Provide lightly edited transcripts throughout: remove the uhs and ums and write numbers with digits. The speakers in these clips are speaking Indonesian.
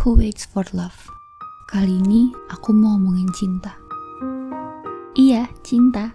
Who Waits for Love. Kali ini aku mau ngomongin cinta. Iya, cinta.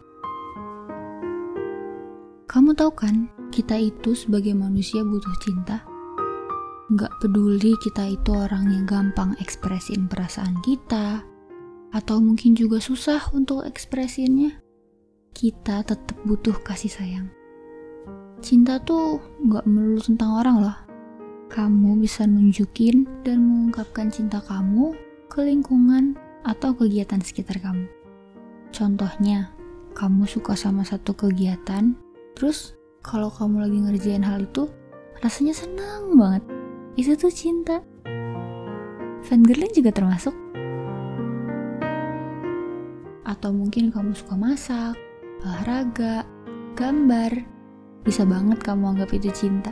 Kamu tahu kan, kita itu sebagai manusia butuh cinta. Nggak peduli kita itu orang yang gampang ekspresin perasaan kita, atau mungkin juga susah untuk ekspresinnya, kita tetap butuh kasih sayang. Cinta tuh nggak melulu tentang orang loh. Kamu bisa nunjukin dan mengungkapkan cinta kamu ke lingkungan atau kegiatan sekitar kamu. Contohnya, kamu suka sama satu kegiatan, terus kalau kamu lagi ngerjain hal itu, rasanya senang banget. Itu tuh cinta. Fangirling juga termasuk. Atau mungkin kamu suka masak, olahraga, gambar. Bisa banget kamu anggap itu cinta.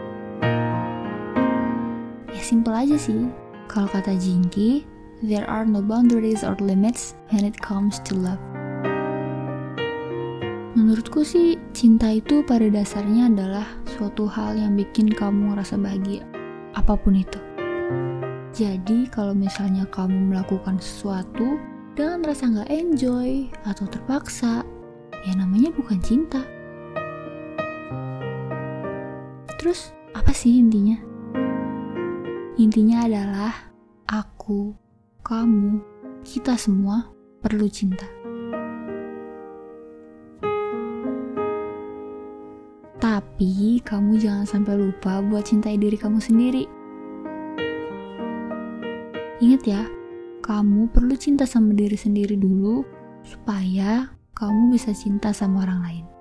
Ya simple aja sih. Kalau kata Jinky, there are no boundaries or limits when it comes to love. Menurutku sih, cinta itu pada dasarnya adalah suatu hal yang bikin kamu ngerasa bahagia, apapun itu. Jadi kalau misalnya kamu melakukan sesuatu dengan rasa gak enjoy atau terpaksa, ya namanya bukan cinta. Terus apa sih intinya? Intinya adalah aku, kamu, kita semua perlu cinta. Tapi kamu jangan sampai lupa buat cintai diri kamu sendiri. Ingat ya, kamu perlu cinta sama diri sendiri dulu supaya kamu bisa cinta sama orang lain.